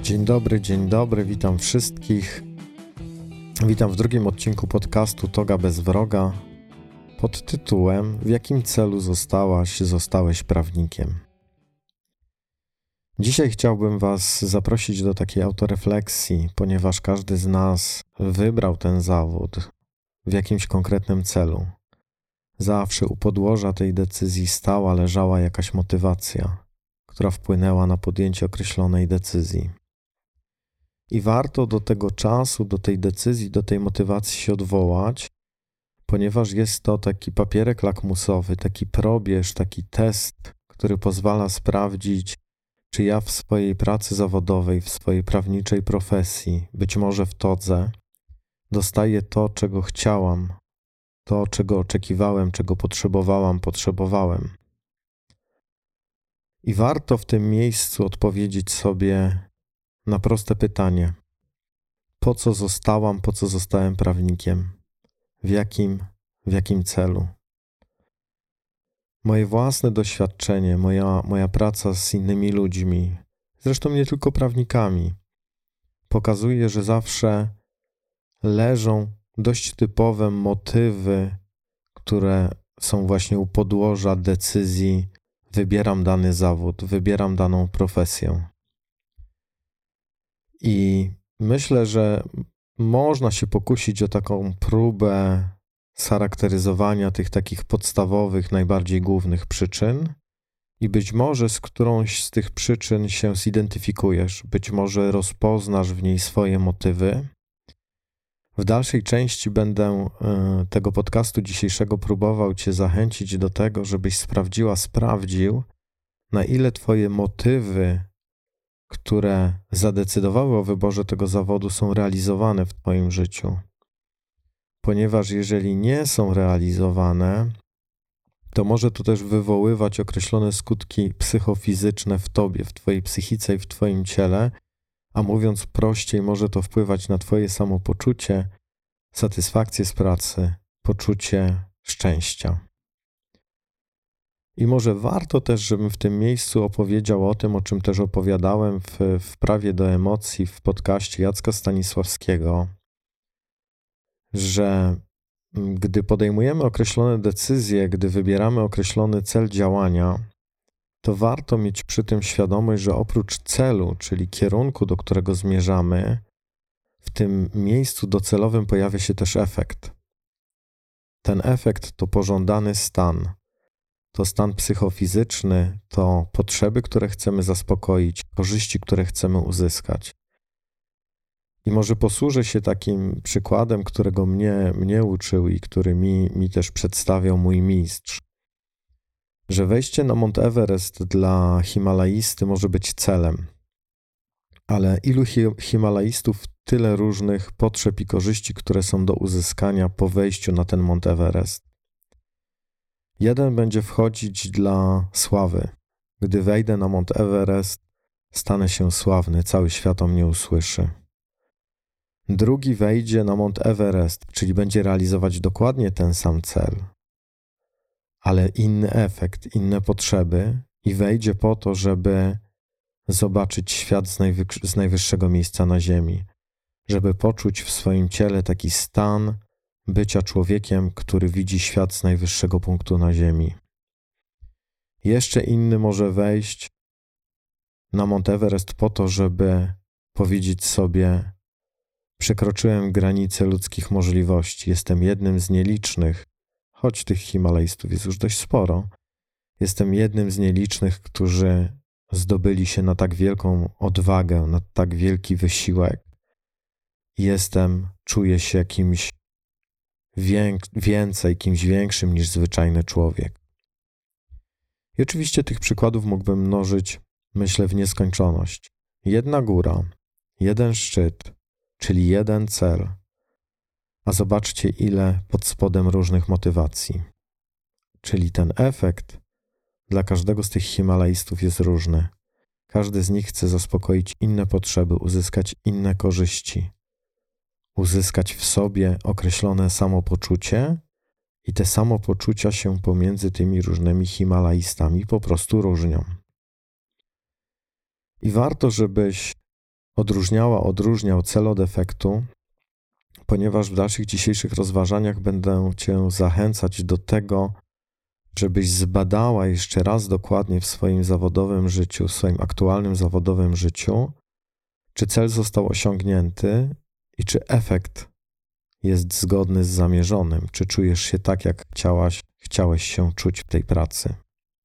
Dzień dobry, witam wszystkich. Witam w drugim odcinku podcastu Toga bez wroga pod tytułem W jakim celu zostałeś prawnikiem? Dzisiaj chciałbym Was zaprosić do takiej autorefleksji, ponieważ każdy z nas wybrał ten zawód w jakimś konkretnym celu. Zawsze u podłoża tej decyzji leżała jakaś motywacja, która wpłynęła na podjęcie określonej decyzji. I warto do tego czasu, do tej decyzji, do tej motywacji się odwołać, ponieważ jest to taki papierek lakmusowy, taki probierz, taki test, który pozwala sprawdzić, czy ja w swojej pracy zawodowej, w swojej prawniczej profesji, być może w todze, dostaję to, czego chciałam, to, czego oczekiwałem, czego potrzebowałem. I warto w tym miejscu odpowiedzieć sobie na proste pytanie: po co zostałem prawnikiem? W jakim celu? Moje własne doświadczenie, moja praca z innymi ludźmi, zresztą nie tylko prawnikami, pokazuje, że zawsze leżą dość typowe motywy, które są właśnie u podłoża decyzji: wybieram dany zawód, wybieram daną profesję. I myślę, że można się pokusić o taką próbę scharakteryzowania tych takich podstawowych, najbardziej głównych przyczyn i być może z którąś z tych przyczyn się zidentyfikujesz, być może rozpoznasz w niej swoje motywy. W dalszej części będę tego podcastu dzisiejszego próbował Cię zachęcić do tego, żebyś sprawdził, na ile Twoje motywy, które zadecydowały o wyborze tego zawodu, są realizowane w Twoim życiu. Ponieważ jeżeli nie są realizowane, to może to też wywoływać określone skutki psychofizyczne w Tobie, w Twojej psychice i w Twoim ciele, a mówiąc prościej, może to wpływać na Twoje samopoczucie, satysfakcję z pracy, poczucie szczęścia. I może warto też, żebym w tym miejscu opowiedział o tym, o czym też opowiadałem w Prawie do emocji w podcaście Jacka Stanisławskiego, że gdy podejmujemy określone decyzje, gdy wybieramy określony cel działania, to warto mieć przy tym świadomość, że oprócz celu, czyli kierunku, do którego zmierzamy, w tym miejscu docelowym pojawia się też efekt. Ten efekt to pożądany stan. To stan psychofizyczny, to potrzeby, które chcemy zaspokoić, korzyści, które chcemy uzyskać. I może posłużę się takim przykładem, którego mnie uczył i który mi też przedstawiał mój mistrz, że wejście na Mount Everest dla himalaisty może być celem, ale ilu himalaistów, tyle różnych potrzeb i korzyści, które są do uzyskania po wejściu na ten Mount Everest. Jeden będzie wchodzić dla sławy. Gdy wejdę na Mount Everest, stanę się sławny, cały świat o mnie usłyszy. Drugi wejdzie na Mount Everest, czyli będzie realizować dokładnie ten sam cel, ale inny efekt, inne potrzeby i wejdzie po to, żeby zobaczyć świat z najwyższego miejsca na ziemi, żeby poczuć w swoim ciele taki stan bycia człowiekiem, który widzi świat z najwyższego punktu na ziemi. Jeszcze inny może wejść na Mount Everest po to, żeby powiedzieć sobie: przekroczyłem granicę ludzkich możliwości, jestem jednym z nielicznych, choć tych Himalajstów jest już dość sporo, jestem jednym z nielicznych, którzy zdobyli się na tak wielką odwagę, na tak wielki wysiłek. Czuję się kimś kimś większym niż zwyczajny człowiek. I oczywiście tych przykładów mógłbym mnożyć, myślę, w nieskończoność. Jedna góra, jeden szczyt, czyli jeden cel, a zobaczcie, ile pod spodem różnych motywacji. Czyli ten efekt dla każdego z tych himalaistów jest różny. Każdy z nich chce zaspokoić inne potrzeby, uzyskać inne korzyści, uzyskać w sobie określone samopoczucie i te samopoczucia się pomiędzy tymi różnymi himalaistami po prostu różnią. I warto, żebyś odróżniał cel od efektu, ponieważ w dalszych dzisiejszych rozważaniach będę Cię zachęcać do tego, żebyś zbadała jeszcze raz dokładnie w swoim zawodowym życiu, w swoim aktualnym zawodowym życiu, czy cel został osiągnięty i czy efekt jest zgodny z zamierzonym, czy czujesz się tak, jak chciałeś się czuć w tej pracy.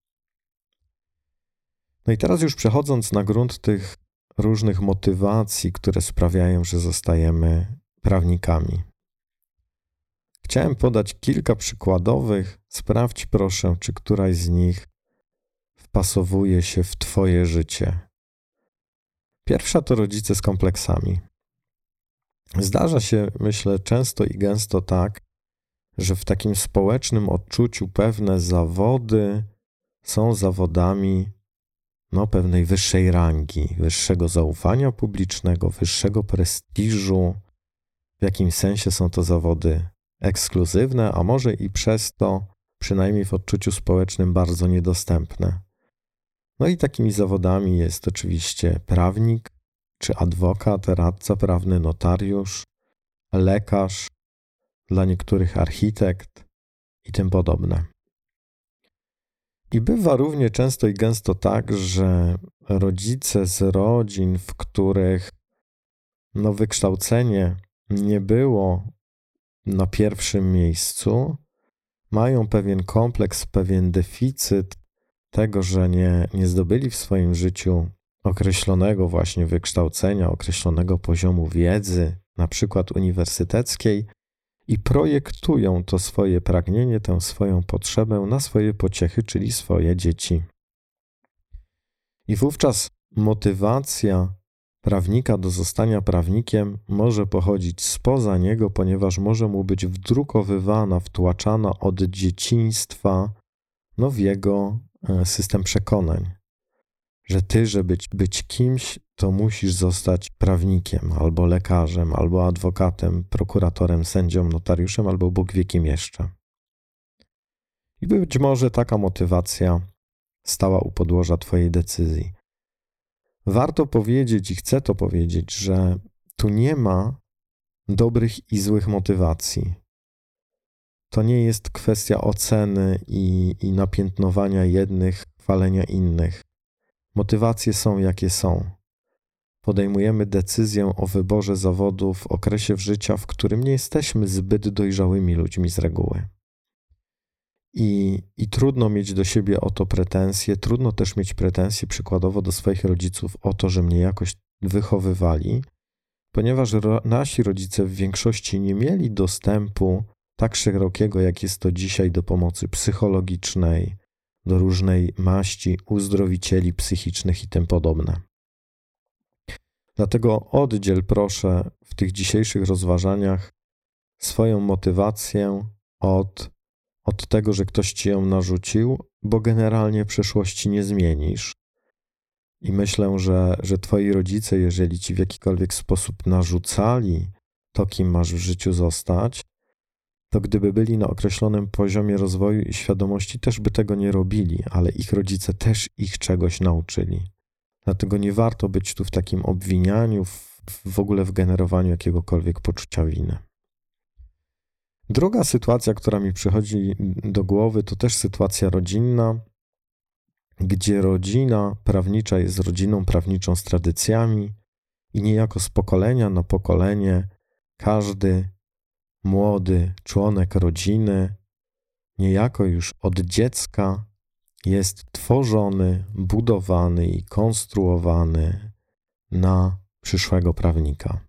No i teraz już przechodząc na grunt tych różnych motywacji, które sprawiają, że zostajemy prawnikami. Chciałem podać kilka przykładowych. Sprawdź proszę, czy któraś z nich wpasowuje się w Twoje życie. Pierwsza to rodzice z kompleksami. Zdarza się, myślę, często i gęsto tak, że w takim społecznym odczuciu pewne zawody są zawodami pewnej wyższej rangi, wyższego zaufania publicznego, wyższego prestiżu. W jakimś sensie są to zawody ekskluzywne, a może i przez to, przynajmniej w odczuciu społecznym, bardzo niedostępne. No i takimi zawodami jest oczywiście prawnik, czy adwokat, radca prawny, notariusz, lekarz, dla niektórych architekt i tym podobne. I bywa równie często i gęsto tak, że rodzice z rodzin, w których wykształcenie nie było na pierwszym miejscu, mają pewien kompleks, pewien deficyt tego, że nie zdobyli w swoim życiu określonego właśnie wykształcenia, określonego poziomu wiedzy, na przykład uniwersyteckiej, i projektują to swoje pragnienie, tę swoją potrzebę na swoje pociechy, czyli swoje dzieci. I wówczas motywacja prawnika do zostania prawnikiem może pochodzić spoza niego, ponieważ może mu być wdrukowywana, wtłaczana od dzieciństwa w jego system przekonań, że ty, żeby być kimś, to musisz zostać prawnikiem, albo lekarzem, albo adwokatem, prokuratorem, sędzią, notariuszem, albo Bóg wie kim jeszcze. I być może taka motywacja stała u podłoża twojej decyzji. Warto powiedzieć i chcę to powiedzieć, że tu nie ma dobrych i złych motywacji. To nie jest kwestia oceny i napiętnowania jednych, chwalenia innych. Motywacje są jakie są. Podejmujemy decyzję o wyborze zawodu w okresie życia, w którym nie jesteśmy zbyt dojrzałymi ludźmi z reguły. I trudno mieć do siebie o to pretensje, trudno też mieć pretensje przykładowo do swoich rodziców o to, że mnie jakoś wychowywali, ponieważ nasi rodzice w większości nie mieli dostępu tak szerokiego, jak jest to dzisiaj, do pomocy psychologicznej, do różnej maści uzdrowicieli psychicznych i tym podobne. Dlatego oddziel proszę w tych dzisiejszych rozważaniach swoją motywację od tego, że ktoś ci ją narzucił, bo generalnie przeszłości nie zmienisz. I myślę, że twoi rodzice, jeżeli ci w jakikolwiek sposób narzucali to, kim masz w życiu zostać, to gdyby byli na określonym poziomie rozwoju i świadomości, też by tego nie robili, ale ich rodzice też ich czegoś nauczyli. Dlatego nie warto być tu w takim obwinianiu, w ogóle w generowaniu jakiegokolwiek poczucia winy. Druga sytuacja, która mi przychodzi do głowy, to też sytuacja rodzinna, gdzie rodzina prawnicza jest rodziną prawniczą z tradycjami i niejako z pokolenia na pokolenie każdy młody członek rodziny niejako już od dziecka jest tworzony, budowany i konstruowany na przyszłego prawnika.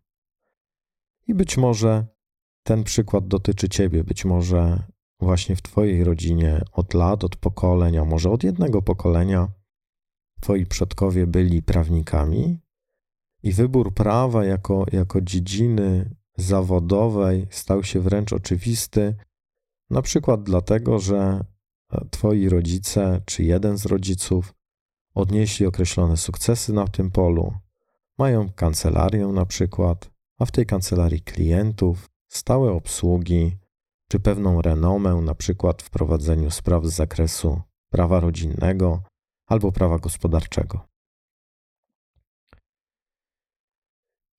I być może ten przykład dotyczy ciebie, być może właśnie w twojej rodzinie od lat, od pokoleń, a może od jednego pokolenia twoi przodkowie byli prawnikami i wybór prawa jako dziedziny zawodowej stał się wręcz oczywisty, na przykład dlatego, że twoi rodzice czy jeden z rodziców odnieśli określone sukcesy na tym polu, mają kancelarię na przykład, a w tej kancelarii klientów, stałe obsługi, czy pewną renomę na przykład w prowadzeniu spraw z zakresu prawa rodzinnego albo prawa gospodarczego.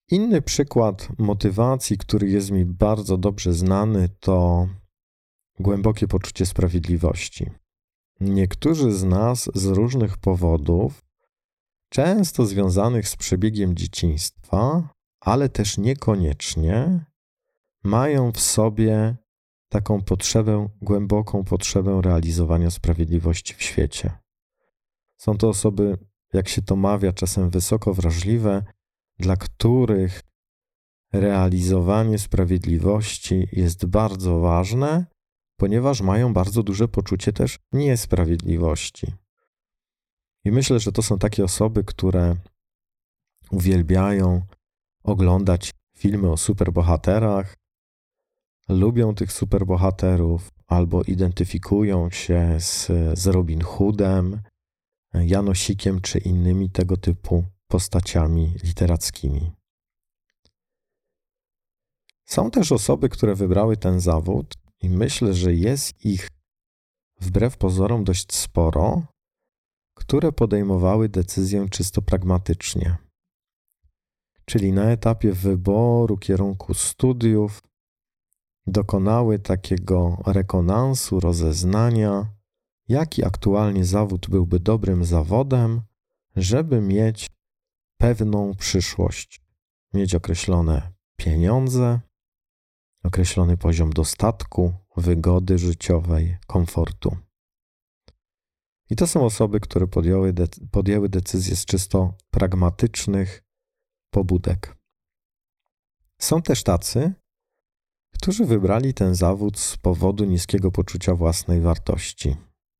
Inny przykład motywacji, który jest mi bardzo dobrze znany, to głębokie poczucie sprawiedliwości. Niektórzy z nas z różnych powodów, często związanych z przebiegiem dzieciństwa, ale też niekoniecznie, mają w sobie taką potrzebę, głęboką potrzebę realizowania sprawiedliwości w świecie. Są to osoby, jak się to mawia, czasem wysoko wrażliwe, dla których realizowanie sprawiedliwości jest bardzo ważne, ponieważ mają bardzo duże poczucie też niesprawiedliwości. I myślę, że to są takie osoby, które uwielbiają oglądać filmy o superbohaterach, lubią tych superbohaterów albo identyfikują się z Robin Hoodem, Janosikiem czy innymi tego typu postaciami literackimi. Są też osoby, które wybrały ten zawód i myślę, że jest ich wbrew pozorom dość sporo, które podejmowały decyzję czysto pragmatycznie. Czyli na etapie wyboru kierunku studiów dokonały takiego rekonansu, rozeznania, jaki aktualnie zawód byłby dobrym zawodem, żeby mieć pewną przyszłość, mieć określone pieniądze, określony poziom dostatku, wygody życiowej, komfortu. I to są osoby, które podjęły decyzje z czysto pragmatycznych pobudek. Są też tacy, którzy wybrali ten zawód z powodu niskiego poczucia własnej wartości.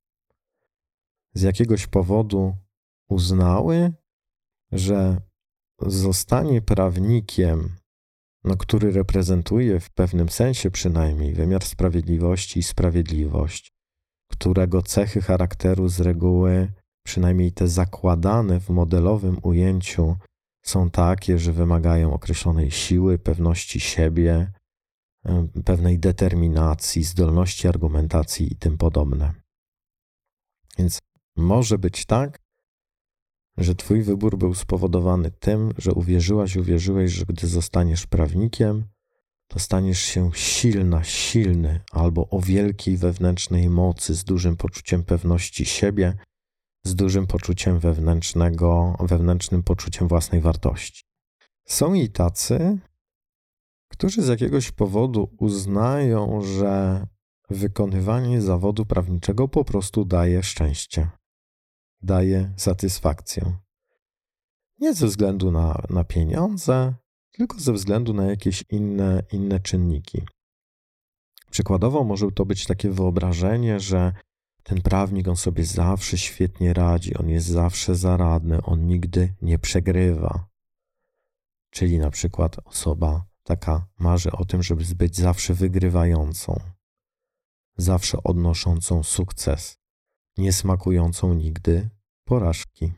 Z jakiegoś powodu uznały, że zostanie prawnikiem, który reprezentuje w pewnym sensie przynajmniej wymiar sprawiedliwości i sprawiedliwość, którego cechy charakteru z reguły, przynajmniej te zakładane w modelowym ujęciu, są takie, że wymagają określonej siły, pewności siebie, pewnej determinacji, zdolności argumentacji i tym podobne. Więc może być tak, że twój wybór był spowodowany tym, że uwierzyłeś, że gdy zostaniesz prawnikiem, to staniesz się silny albo o wielkiej wewnętrznej mocy, z dużym poczuciem pewności siebie, z dużym poczuciem wewnętrznym poczuciem własnej wartości. Są i tacy, którzy z jakiegoś powodu uznają, że wykonywanie zawodu prawniczego po prostu daje szczęście, daje satysfakcję. Nie ze względu na pieniądze, tylko ze względu na jakieś inne czynniki. Przykładowo może to być takie wyobrażenie, że ten prawnik, on sobie zawsze świetnie radzi, on jest zawsze zaradny, on nigdy nie przegrywa. Czyli na przykład osoba taka marzy o tym, żeby być zawsze wygrywającą, zawsze odnoszącą sukces, nie smakującą nigdy porażki.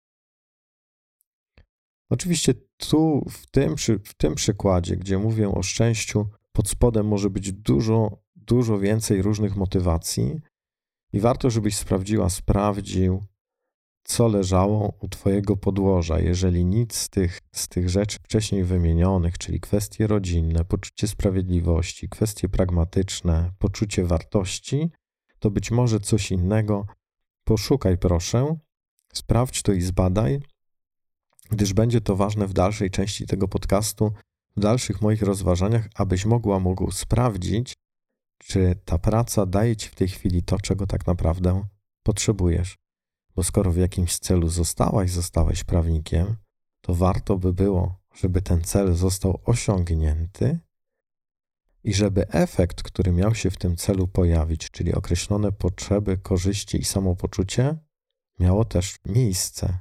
Oczywiście tu, w tym przykładzie, gdzie mówię o szczęściu, pod spodem może być dużo więcej różnych motywacji i warto, żebyś sprawdził, co leżało u twojego podłoża. Jeżeli nic z tych rzeczy wcześniej wymienionych, czyli kwestie rodzinne, poczucie sprawiedliwości, kwestie pragmatyczne, poczucie wartości, to być może coś innego. Poszukaj proszę, sprawdź to i zbadaj, gdyż będzie to ważne w dalszej części tego podcastu, w dalszych moich rozważaniach, abyś mógł sprawdzić, czy ta praca daje ci w tej chwili to, czego tak naprawdę potrzebujesz. Bo skoro w jakimś celu zostałeś prawnikiem, to warto by było, żeby ten cel został osiągnięty i żeby efekt, który miał się w tym celu pojawić, czyli określone potrzeby, korzyści i samopoczucie, miało też miejsce.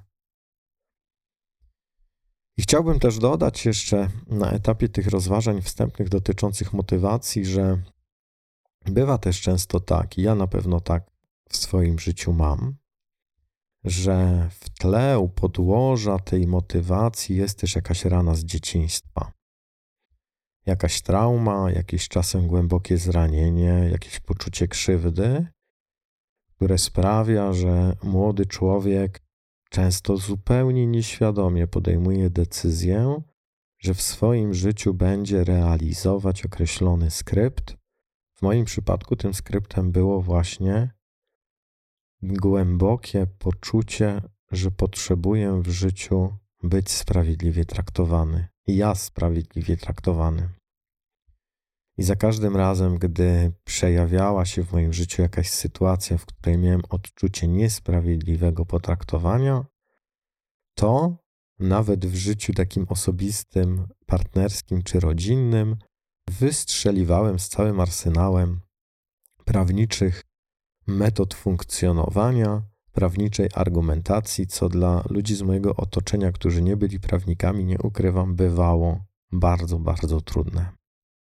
I chciałbym też dodać jeszcze na etapie tych rozważań wstępnych dotyczących motywacji, że bywa też często tak, i ja na pewno tak w swoim życiu mam, że w tle u podłoża tej motywacji jest też jakaś rana z dzieciństwa. Jakaś trauma, jakieś czasem głębokie zranienie, jakieś poczucie krzywdy, które sprawia, że młody człowiek często zupełnie nieświadomie podejmuje decyzję, że w swoim życiu będzie realizować określony skrypt. W moim przypadku tym skryptem było właśnie głębokie poczucie, że potrzebuję w życiu być sprawiedliwie traktowany. Ja sprawiedliwie traktowany. I za każdym razem, gdy przejawiała się w moim życiu jakaś sytuacja, w której miałem odczucie niesprawiedliwego potraktowania, to nawet w życiu takim osobistym, partnerskim czy rodzinnym wystrzeliwałem z całym arsenałem prawniczych metod funkcjonowania, prawniczej argumentacji, co dla ludzi z mojego otoczenia, którzy nie byli prawnikami, nie ukrywam, bywało bardzo, bardzo trudne.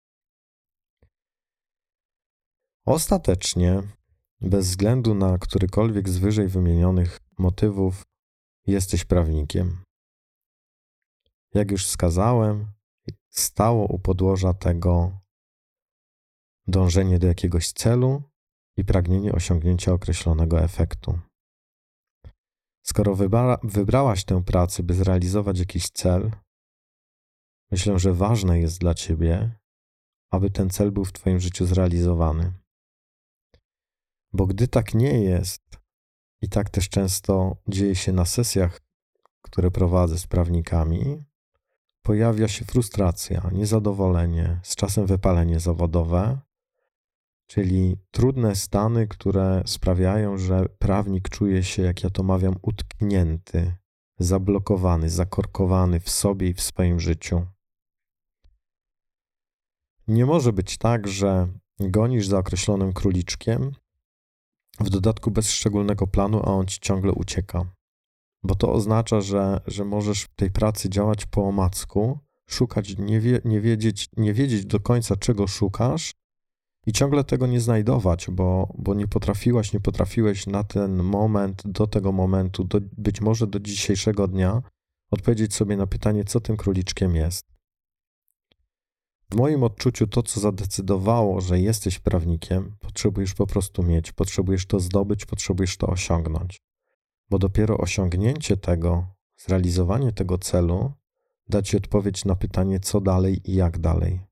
Ostatecznie, bez względu na którykolwiek z wyżej wymienionych motywów, jesteś prawnikiem. Jak już wskazałem, stało u podłoża tego dążenie do jakiegoś celu i pragnienie osiągnięcia określonego efektu. Skoro wybrałaś tę pracę, by zrealizować jakiś cel, myślę, że ważne jest dla ciebie, aby ten cel był w twoim życiu zrealizowany. Bo gdy tak nie jest, i tak też często dzieje się na sesjach, które prowadzę z prawnikami, pojawia się frustracja, niezadowolenie, z czasem wypalenie zawodowe, czyli trudne stany, które sprawiają, że prawnik czuje się, jak ja to mawiam, utknięty, zablokowany, zakorkowany w sobie i w swoim życiu. Nie może być tak, że gonisz za określonym króliczkiem, w dodatku bez szczególnego planu, a on ci ciągle ucieka. Bo to oznacza, że możesz w tej pracy działać po omacku, szukać, nie wiedzieć do końca, czego szukasz i ciągle tego nie znajdować, bo nie potrafiłeś na ten moment, do tego momentu, być może do dzisiejszego dnia odpowiedzieć sobie na pytanie, co tym króliczkiem jest. W moim odczuciu to, co zadecydowało, że jesteś prawnikiem, potrzebujesz po prostu mieć, potrzebujesz to zdobyć, potrzebujesz to osiągnąć. Bo dopiero osiągnięcie tego, zrealizowanie tego celu da ci odpowiedź na pytanie, co dalej i jak dalej.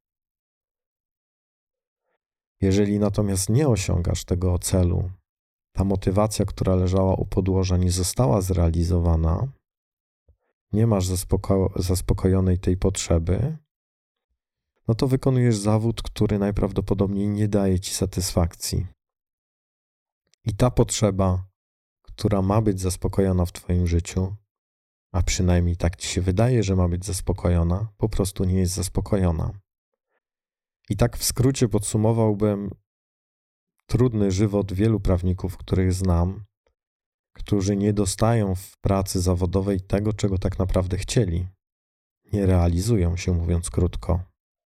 Jeżeli natomiast nie osiągasz tego celu, ta motywacja, która leżała u podłoża, nie została zrealizowana, nie masz zaspokojonej tej potrzeby, no to wykonujesz zawód, który najprawdopodobniej nie daje ci satysfakcji. I ta potrzeba, która ma być zaspokojona w twoim życiu, a przynajmniej tak ci się wydaje, że ma być zaspokojona, po prostu nie jest zaspokojona. I tak w skrócie podsumowałbym trudny żywot wielu prawników, których znam, którzy nie dostają w pracy zawodowej tego, czego tak naprawdę chcieli. Nie realizują się, mówiąc krótko.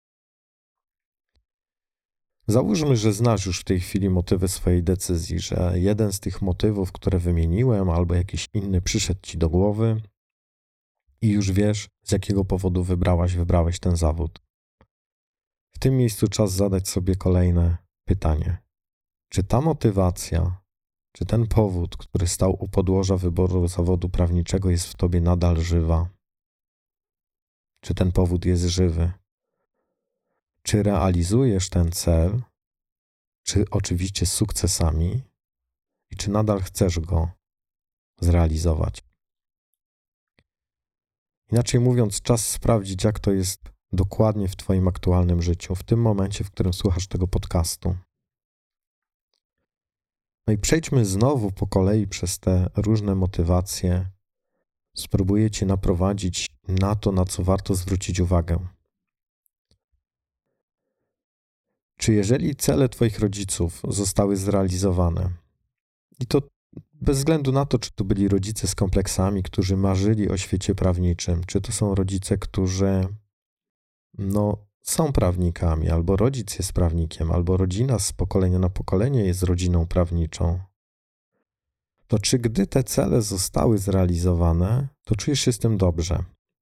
Załóżmy, że znasz już w tej chwili motywy swojej decyzji, że jeden z tych motywów, które wymieniłem, albo jakiś inny przyszedł ci do głowy i już wiesz, z jakiego powodu wybrałeś ten zawód. W tym miejscu czas zadać sobie kolejne pytanie. Czy ta motywacja, czy ten powód, który stał u podłoża wyboru zawodu prawniczego, jest w tobie nadal żywa? Czy ten powód jest żywy? Czy realizujesz ten cel, czy oczywiście z sukcesami i czy nadal chcesz go zrealizować? Inaczej mówiąc, czas sprawdzić, jak to jest dokładnie w twoim aktualnym życiu, w tym momencie, w którym słuchasz tego podcastu. No i przejdźmy znowu po kolei przez te różne motywacje. Spróbuję cię naprowadzić na to, na co warto zwrócić uwagę. Czy jeżeli cele twoich rodziców zostały zrealizowane, i to bez względu na to, czy to byli rodzice z kompleksami, którzy marzyli o świecie prawniczym, czy to są rodzice, którzy są prawnikami, albo rodzic jest prawnikiem, albo rodzina z pokolenia na pokolenie jest rodziną prawniczą, to czy gdy te cele zostały zrealizowane, to czujesz się z tym dobrze?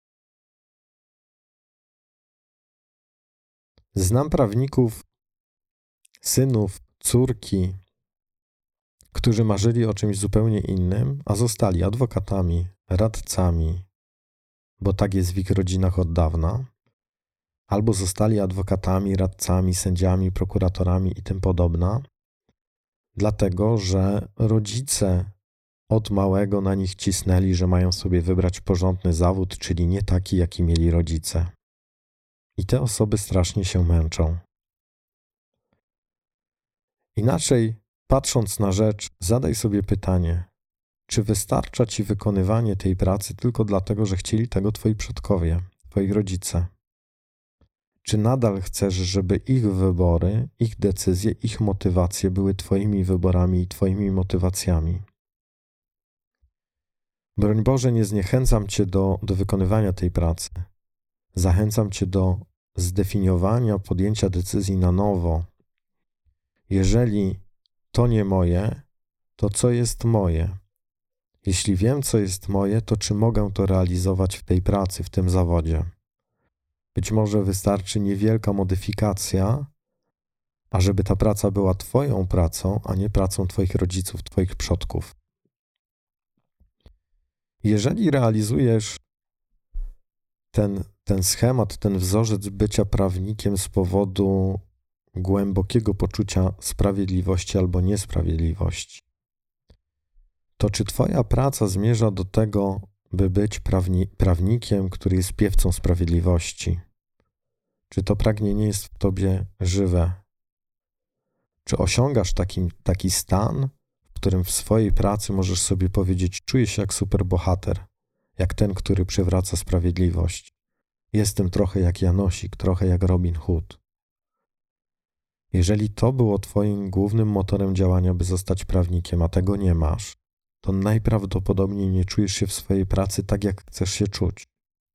Znam prawników, synów, córki, którzy marzyli o czymś zupełnie innym, a zostali adwokatami, radcami, bo tak jest w ich rodzinach od dawna, albo zostali adwokatami, radcami, sędziami, prokuratorami i tym podobna, dlatego że rodzice od małego na nich cisnęli, że mają sobie wybrać porządny zawód, czyli nie taki, jaki mieli rodzice. I te osoby strasznie się męczą. Inaczej, patrząc na rzecz, zadaj sobie pytanie, czy wystarcza ci wykonywanie tej pracy tylko dlatego, że chcieli tego twoi przodkowie, twoi rodzice? Czy nadal chcesz, żeby ich wybory, ich decyzje, ich motywacje były twoimi wyborami i twoimi motywacjami? Broń Boże, nie zniechęcam cię do wykonywania tej pracy. Zachęcam cię do zdefiniowania, podjęcia decyzji na nowo. Jeżeli to nie moje, to co jest moje? Jeśli wiem, co jest moje, to czy mogę to realizować w tej pracy, w tym zawodzie? Być może wystarczy niewielka modyfikacja, ażeby ta praca była twoją pracą, a nie pracą twoich rodziców, twoich przodków. Jeżeli realizujesz ten schemat, ten wzorzec bycia prawnikiem z powodu głębokiego poczucia sprawiedliwości albo niesprawiedliwości, to czy twoja praca zmierza do tego, by być prawnikiem, który jest piewcą sprawiedliwości? Czy to pragnienie jest w tobie żywe? Czy osiągasz taki stan, w którym w swojej pracy możesz sobie powiedzieć, czuję się jak superbohater, jak ten, który przywraca sprawiedliwość. Jestem trochę jak Janosik, trochę jak Robin Hood. Jeżeli to było twoim głównym motorem działania, by zostać prawnikiem, a tego nie masz, to najprawdopodobniej nie czujesz się w swojej pracy tak, jak chcesz się czuć.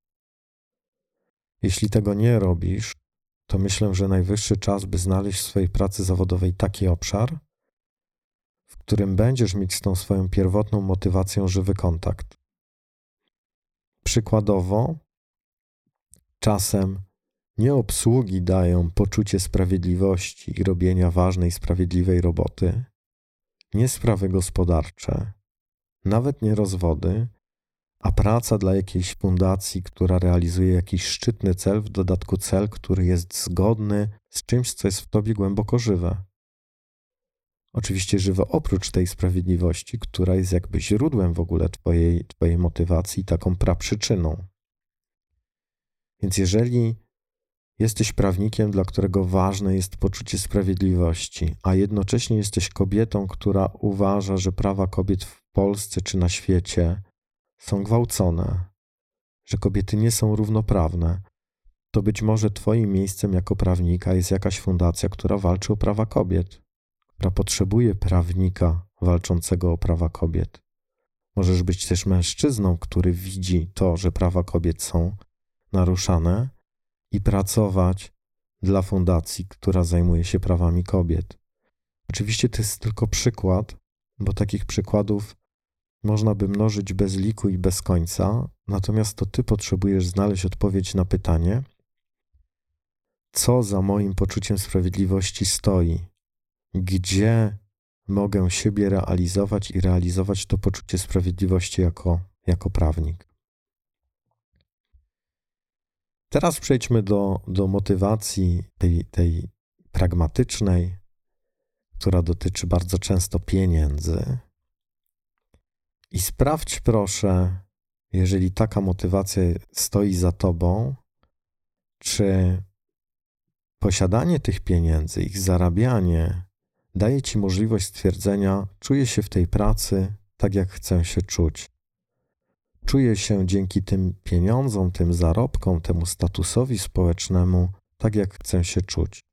Jeśli tego nie robisz, to myślę, że najwyższy czas, by znaleźć w swojej pracy zawodowej taki obszar, w którym będziesz mieć z tą swoją pierwotną motywacją żywy kontakt. Przykładowo, czasem nie obsługi dają poczucie sprawiedliwości i robienia ważnej, sprawiedliwej roboty, nie sprawy gospodarcze, nawet nie rozwody, a praca dla jakiejś fundacji, która realizuje jakiś szczytny cel, w dodatku cel, który jest zgodny z czymś, co jest w tobie głęboko żywe. Oczywiście żywe oprócz tej sprawiedliwości, która jest jakby źródłem w ogóle twojej motywacji, taką praprzyczyną. Więc jeżeli jesteś prawnikiem, dla którego ważne jest poczucie sprawiedliwości, a jednocześnie jesteś kobietą, która uważa, że prawa kobiet w Polsce czy na świecie są gwałcone, że kobiety nie są równoprawne, to być może twoim miejscem jako prawnika jest jakaś fundacja, która walczy o prawa kobiet, która potrzebuje prawnika walczącego o prawa kobiet. Możesz być też mężczyzną, który widzi to, że prawa kobiet są naruszane i pracować dla fundacji, która zajmuje się prawami kobiet. Oczywiście to jest tylko przykład, bo takich przykładów można by mnożyć bez liku i bez końca, natomiast to ty potrzebujesz znaleźć odpowiedź na pytanie, co za moim poczuciem sprawiedliwości stoi, gdzie mogę siebie realizować i realizować to poczucie sprawiedliwości jako prawnik. Teraz przejdźmy do motywacji tej pragmatycznej, która dotyczy bardzo często pieniędzy. I sprawdź proszę, jeżeli taka motywacja stoi za tobą, czy posiadanie tych pieniędzy, ich zarabianie daje ci możliwość stwierdzenia, czuję się w tej pracy tak, jak chcę się czuć. Czuję się dzięki tym pieniądzom, tym zarobkom, temu statusowi społecznemu tak, jak chcę się czuć.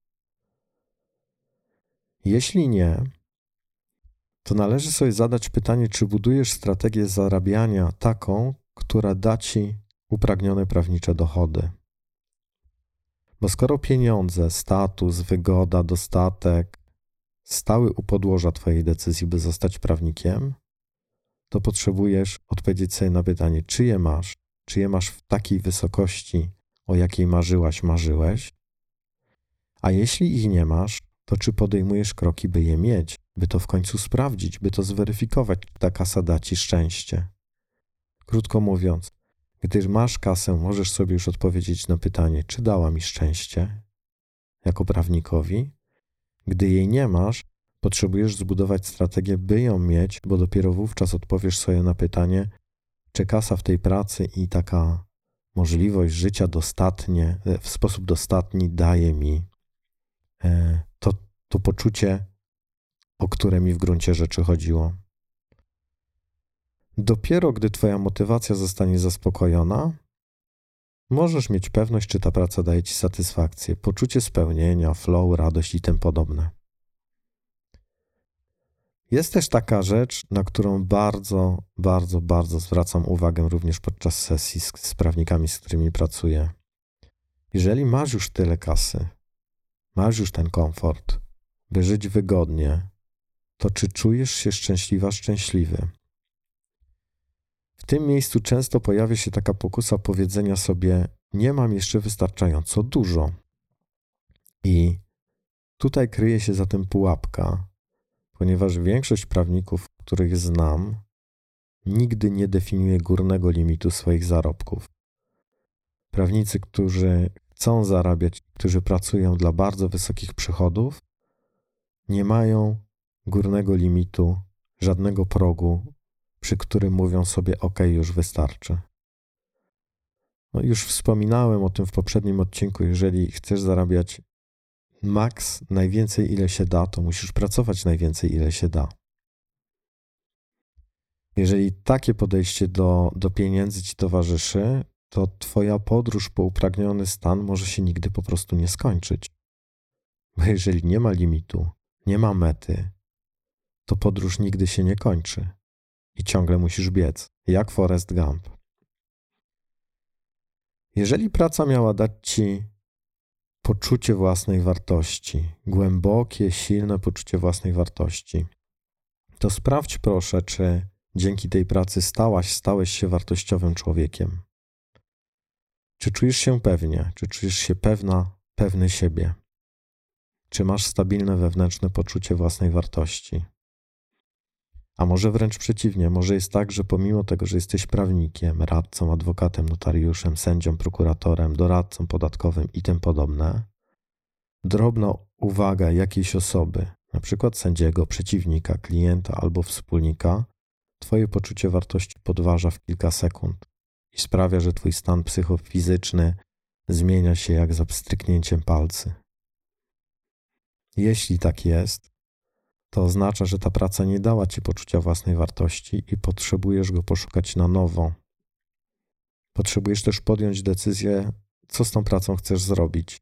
Jeśli nie, to należy sobie zadać pytanie, czy budujesz strategię zarabiania taką, która da ci upragnione prawnicze dochody. Bo skoro pieniądze, status, wygoda, dostatek stały u podłoża twojej decyzji, by zostać prawnikiem, to potrzebujesz odpowiedzieć sobie na pytanie, czy je masz? Czy je masz w takiej wysokości, o jakiej marzyłeś? A jeśli ich nie masz, to czy podejmujesz kroki, by je mieć, by to w końcu sprawdzić, by to zweryfikować, czy ta kasa da ci szczęście? Krótko mówiąc, Gdy masz kasę, możesz sobie już odpowiedzieć na pytanie, czy dała mi szczęście jako prawnikowi. Gdy jej nie masz, potrzebujesz zbudować strategię, by ją mieć, bo dopiero wówczas odpowiesz sobie na pytanie, czy kasa w tej pracy i taka możliwość życia w sposób dostatni daje mi to poczucie, o które mi w gruncie rzeczy chodziło. Dopiero gdy twoja motywacja zostanie zaspokojona, możesz mieć pewność, czy ta praca daje ci satysfakcję, poczucie spełnienia, flow, radość i tym podobne. Jest też taka rzecz, na którą bardzo, bardzo, bardzo zwracam uwagę również podczas sesji z prawnikami, z którymi pracuję. Jeżeli masz już tyle kasy, masz już ten komfort, by żyć wygodnie, to czy czujesz się szczęśliwa, szczęśliwy? W tym miejscu często pojawia się taka pokusa powiedzenia sobie, nie mam jeszcze wystarczająco dużo. I tutaj kryje się za tym pułapka, ponieważ większość prawników, których znam, nigdy nie definiuje górnego limitu swoich zarobków. Prawnicy, którzy chcą zarabiać, którzy pracują dla bardzo wysokich przychodów, nie mają górnego limitu, żadnego progu, przy którym mówią sobie, ok, już wystarczy. No już wspominałem o tym w poprzednim odcinku, jeżeli chcesz zarabiać maks, najwięcej ile się da, to musisz pracować najwięcej ile się da. Jeżeli takie podejście do pieniędzy ci towarzyszy, to twoja podróż po upragniony stan może się nigdy po prostu nie skończyć. Bo jeżeli nie ma limitu, nie ma mety, to podróż nigdy się nie kończy i ciągle musisz biec, jak Forrest Gump. Jeżeli praca miała dać ci poczucie własnej wartości, głębokie, silne poczucie własnej wartości, to sprawdź proszę, czy dzięki tej pracy stałeś się wartościowym człowiekiem. Czy czujesz się pewnie? Czy czujesz się pewny siebie? Czy masz stabilne wewnętrzne poczucie własnej wartości? A może wręcz przeciwnie, może jest tak, że pomimo tego, że jesteś prawnikiem, radcą, adwokatem, notariuszem, sędzią, prokuratorem, doradcą podatkowym i tym podobne, drobna uwaga jakiejś osoby, na przykład sędziego, przeciwnika, klienta albo wspólnika, twoje poczucie wartości podważa w kilka sekund i sprawia, że twój stan psychofizyczny zmienia się jak za pstryknięciem palcy. Jeśli tak jest, to oznacza, że ta praca nie dała ci poczucia własnej wartości i potrzebujesz go poszukać na nowo. Potrzebujesz też podjąć decyzję, co z tą pracą chcesz zrobić.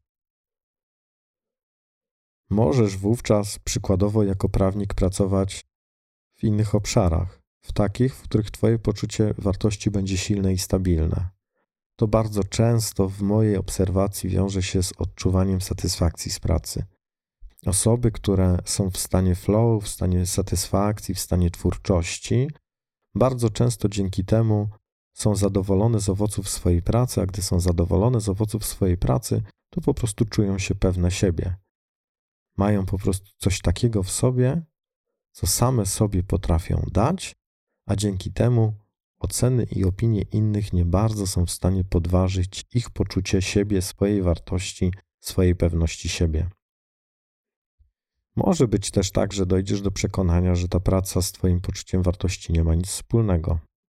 Możesz wówczas przykładowo jako prawnik pracować w innych obszarach, w takich, w których twoje poczucie wartości będzie silne i stabilne. To bardzo często w mojej obserwacji wiąże się z odczuwaniem satysfakcji z pracy. Osoby, które są w stanie flow, w stanie satysfakcji, w stanie twórczości, bardzo często dzięki temu są zadowolone z owoców swojej pracy, a gdy są zadowolone z owoców swojej pracy, to po prostu czują się pewne siebie. Mają po prostu coś takiego w sobie, co same sobie potrafią dać, a dzięki temu oceny i opinie innych nie bardzo są w stanie podważyć ich poczucie siebie, swojej wartości, swojej pewności siebie. Może być też tak, że dojdziesz do przekonania, że ta praca z twoim poczuciem wartości nie ma nic wspólnego.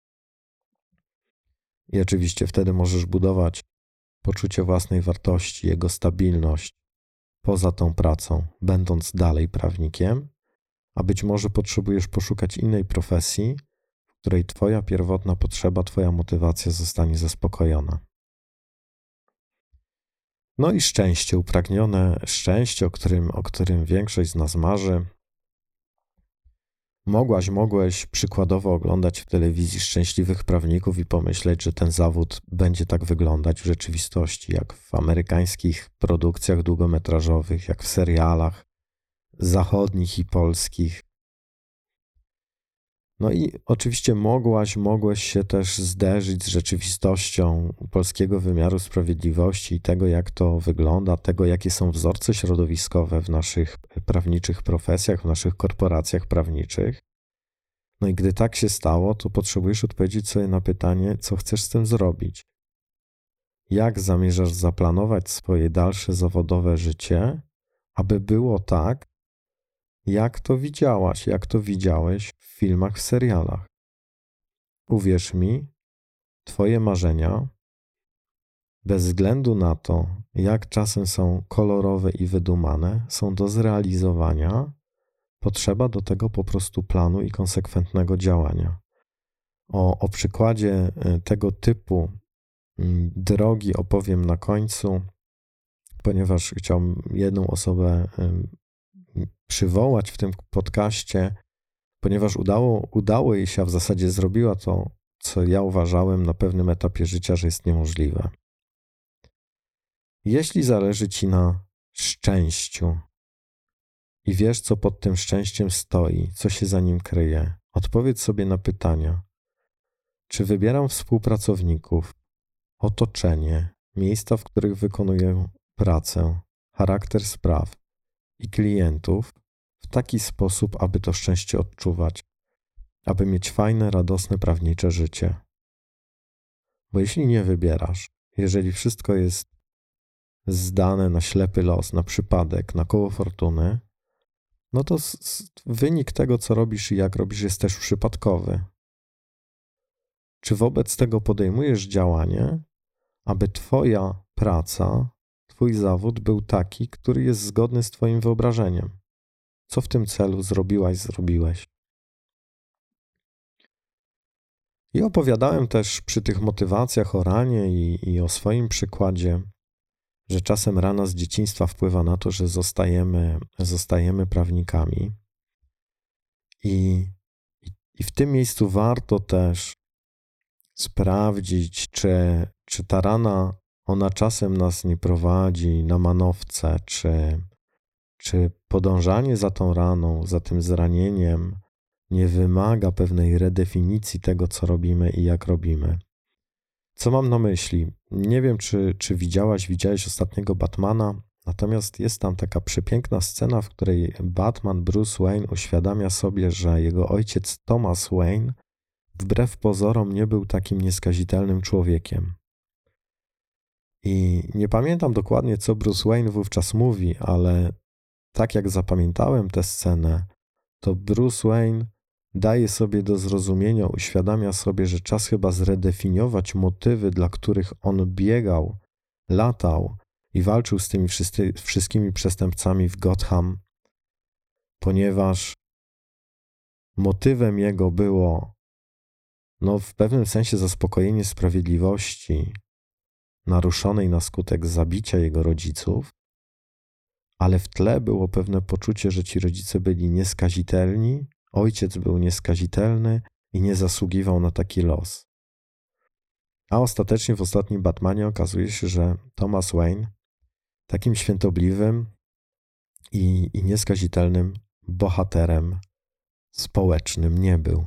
I oczywiście wtedy możesz budować poczucie własnej wartości, jego stabilność poza tą pracą, będąc dalej prawnikiem, a być może potrzebujesz poszukać innej profesji, w której twoja pierwotna potrzeba, twoja motywacja zostanie zaspokojona. No i szczęście, upragnione szczęście, o którym większość z nas marzy. Mogłeś przykładowo oglądać w telewizji szczęśliwych prawników i pomyśleć, że ten zawód będzie tak wyglądać w rzeczywistości, jak w amerykańskich produkcjach długometrażowych, jak w serialach zachodnich i polskich. No i oczywiście mogłeś się też zderzyć z rzeczywistością polskiego wymiaru sprawiedliwości i tego, jak to wygląda, tego, jakie są wzorce środowiskowe w naszych prawniczych profesjach, w naszych korporacjach prawniczych. No i gdy tak się stało, to potrzebujesz odpowiedzieć sobie na pytanie, co chcesz z tym zrobić. Jak zamierzasz zaplanować swoje dalsze zawodowe życie, aby było tak, jak to widziałaś, jak to widziałeś w filmach, w serialach. Uwierz mi, twoje marzenia, bez względu na to, jak czasem są kolorowe i wydumane, są do zrealizowania. Potrzeba do tego po prostu planu i konsekwentnego działania. O przykładzie tego typu drogi opowiem na końcu, ponieważ chciałbym jedną osobę przywołać w tym podcaście, ponieważ udało jej się, a w zasadzie zrobiła to, co ja uważałem na pewnym etapie życia, że jest niemożliwe. Jeśli zależy ci na szczęściu i wiesz, co pod tym szczęściem stoi, co się za nim kryje, odpowiedz sobie na pytania. Czy wybieram współpracowników, otoczenie, miejsca, w których wykonuję pracę, charakter spraw i klientów w taki sposób, aby to szczęście odczuwać, aby mieć fajne, radosne, prawnicze życie? Bo jeśli nie wybierasz, jeżeli wszystko jest zdane na ślepy los, na przypadek, na koło fortuny, no to wynik tego, co robisz i jak robisz, jest też przypadkowy. Czy wobec tego podejmujesz działanie, aby twoja praca, twój zawód był taki, który jest zgodny z twoim wyobrażeniem? Co w tym celu zrobiłeś? I opowiadałem też przy tych motywacjach o ranie i o swoim przykładzie, że czasem rana z dzieciństwa wpływa na to, że zostajemy prawnikami. I w tym miejscu warto też sprawdzić, czy ta rana, ona czasem nas nie prowadzi na manowce, czy podążanie za tą raną, za tym zranieniem nie wymaga pewnej redefinicji tego, co robimy i jak robimy. Co mam na myśli? Nie wiem, czy widziałeś ostatniego Batmana, natomiast jest tam taka przepiękna scena, w której Batman Bruce Wayne uświadamia sobie, że jego ojciec Thomas Wayne wbrew pozorom nie był takim nieskazitelnym człowiekiem. I nie pamiętam dokładnie, co Bruce Wayne wówczas mówi, ale tak jak zapamiętałem tę scenę, to Bruce Wayne daje sobie do zrozumienia, uświadamia sobie, że czas chyba zredefiniować motywy, dla których on biegał, latał i walczył z tymi wszystkimi przestępcami w Gotham, ponieważ motywem jego było w pewnym sensie zaspokojenie sprawiedliwości naruszonej na skutek zabicia jego rodziców, ale w tle było pewne poczucie, że ci rodzice byli nieskazitelni, ojciec był nieskazitelny i nie zasługiwał na taki los. A ostatecznie w ostatnim Batmanie okazuje się, że Thomas Wayne takim świętobliwym i nieskazitelnym bohaterem społecznym nie był.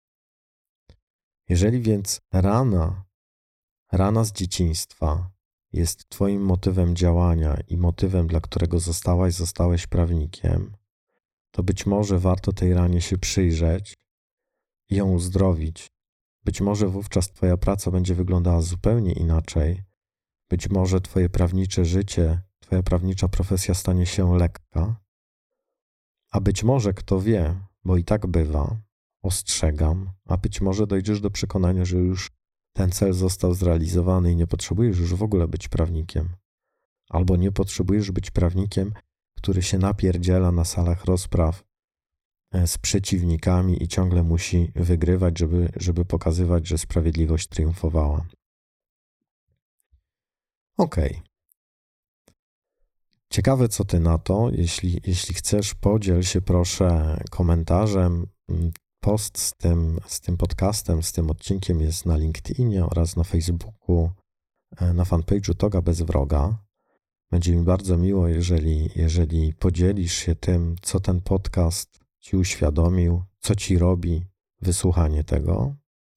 Jeżeli więc rana z dzieciństwa jest twoim motywem działania i motywem, dla którego zostałeś prawnikiem, to być może warto tej ranie się przyjrzeć i ją uzdrowić. Być może wówczas twoja praca będzie wyglądała zupełnie inaczej. Być może twoje prawnicze życie, twoja prawnicza profesja stanie się lekka. A być może, kto wie, bo i tak bywa, ostrzegam, a być może dojdziesz do przekonania, że już ten cel został zrealizowany i nie potrzebujesz już w ogóle być prawnikiem. Albo nie potrzebujesz być prawnikiem, który się napierdziela na salach rozpraw z przeciwnikami i ciągle musi wygrywać, żeby pokazywać, że sprawiedliwość triumfowała. Okej. Ciekawe, co ty na to. Jeśli chcesz, podziel się proszę komentarzem. Post z tym podcastem, z tym odcinkiem jest na LinkedInie oraz na Facebooku, na fanpage'u Toga bez wroga. Będzie mi bardzo miło, jeżeli podzielisz się tym, co ten podcast ci uświadomił, co ci robi wysłuchanie tego.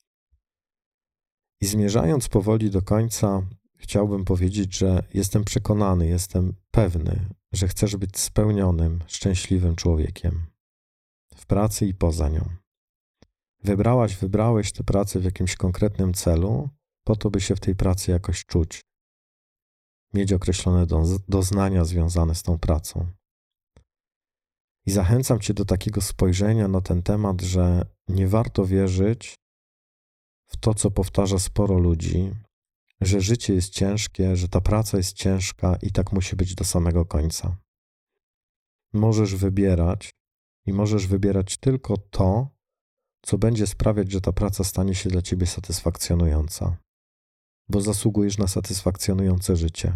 I zmierzając powoli do końca, chciałbym powiedzieć, że jestem przekonany, jestem pewny, że chcesz być spełnionym, szczęśliwym człowiekiem w pracy i poza nią. wybrałeś tę pracę w jakimś konkretnym celu, po to, by się w tej pracy jakoś czuć, mieć określone doznania związane z tą pracą. I zachęcam Cię do takiego spojrzenia na ten temat, że nie warto wierzyć w to, co powtarza sporo ludzi, że życie jest ciężkie, że ta praca jest ciężka i tak musi być do samego końca. Możesz wybierać i możesz wybierać tylko to, co będzie sprawiać, że ta praca stanie się dla Ciebie satysfakcjonująca, bo zasługujesz na satysfakcjonujące życie.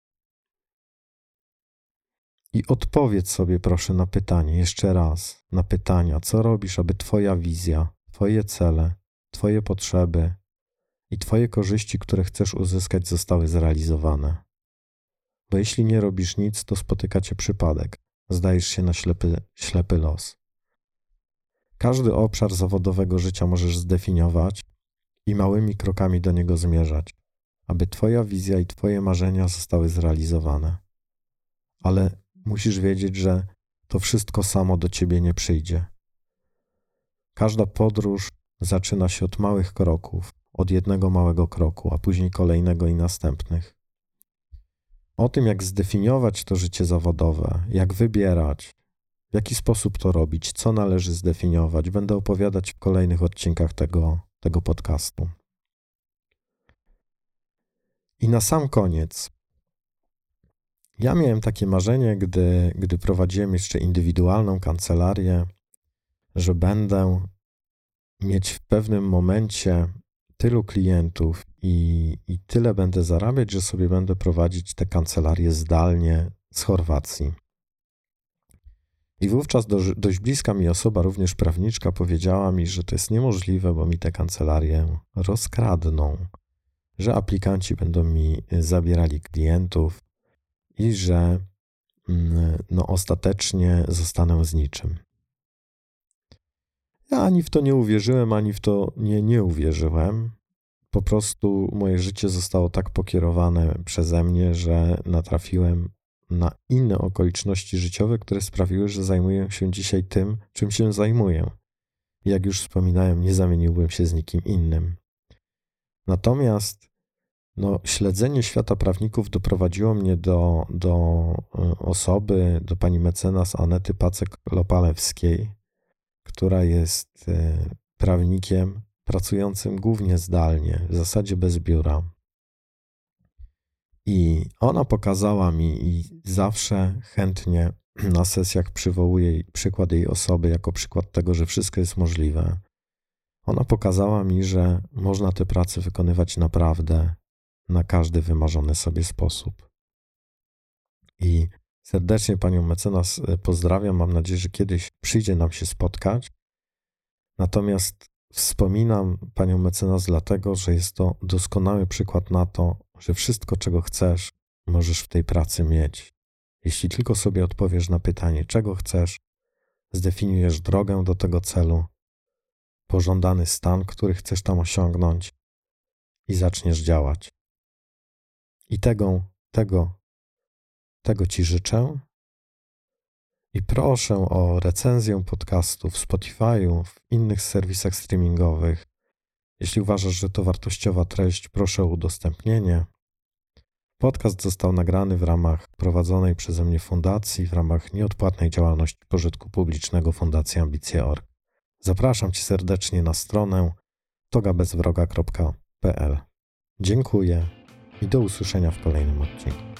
I odpowiedz sobie proszę na pytanie, jeszcze raz, na pytania, co robisz, aby Twoja wizja, Twoje cele, Twoje potrzeby i Twoje korzyści, które chcesz uzyskać, zostały zrealizowane. Bo jeśli nie robisz nic, to spotyka Cię przypadek, zdajesz się na ślepy los. Każdy obszar zawodowego życia możesz zdefiniować i małymi krokami do niego zmierzać, aby Twoja wizja i Twoje marzenia zostały zrealizowane. Ale musisz wiedzieć, że to wszystko samo do Ciebie nie przyjdzie. Każda podróż zaczyna się od małych kroków, od jednego małego kroku, a później kolejnego i następnych. O tym, jak zdefiniować to życie zawodowe, jak wybierać, w jaki sposób to robić, co należy zdefiniować, będę opowiadać w kolejnych odcinkach tego podcastu. I na sam koniec, ja miałem takie marzenie, gdy prowadziłem jeszcze indywidualną kancelarię, że będę mieć w pewnym momencie tylu klientów i tyle będę zarabiać, że sobie będę prowadzić te kancelarie zdalnie z Chorwacji. I wówczas dość bliska mi osoba, również prawniczka, powiedziała mi, że to jest niemożliwe, bo mi te kancelarie rozkradną, że aplikanci będą mi zabierali klientów i że ostatecznie zostanę z niczym. Ja ani w to nie uwierzyłem, ani w to nie uwierzyłem. Po prostu moje życie zostało tak pokierowane przeze mnie, że natrafiłem na inne okoliczności życiowe, które sprawiły, że zajmuję się dzisiaj tym, czym się zajmuję. Jak już wspominałem, nie zamieniłbym się z nikim innym. Natomiast śledzenie świata prawników doprowadziło mnie do osoby, do pani mecenas Anety Pacek-Lopalewskiej, która jest prawnikiem pracującym głównie zdalnie, w zasadzie bez biura. I ona pokazała mi i zawsze chętnie na sesjach przywołuję przykład jej osoby jako przykład tego, że wszystko jest możliwe. Ona pokazała mi, że można tę pracę wykonywać naprawdę na każdy wymarzony sobie sposób. I serdecznie panią mecenas pozdrawiam. Mam nadzieję, że kiedyś przyjdzie nam się spotkać. Natomiast wspominam panią mecenas dlatego, że jest to doskonały przykład na to, że wszystko, czego chcesz, możesz w tej pracy mieć. Jeśli tylko sobie odpowiesz na pytanie, czego chcesz, zdefiniujesz drogę do tego celu, pożądany stan, który chcesz tam osiągnąć i zaczniesz działać. I tego Ci życzę. I proszę o recenzję podcastu w Spotify'u, w innych serwisach streamingowych. Jeśli uważasz, że to wartościowa treść, proszę o udostępnienie. Podcast został nagrany w ramach prowadzonej przeze mnie fundacji, w ramach nieodpłatnej działalności pożytku publicznego Fundacji Ambicje.org. Zapraszam Cię serdecznie na stronę togabezwroga.pl. Dziękuję i do usłyszenia w kolejnym odcinku.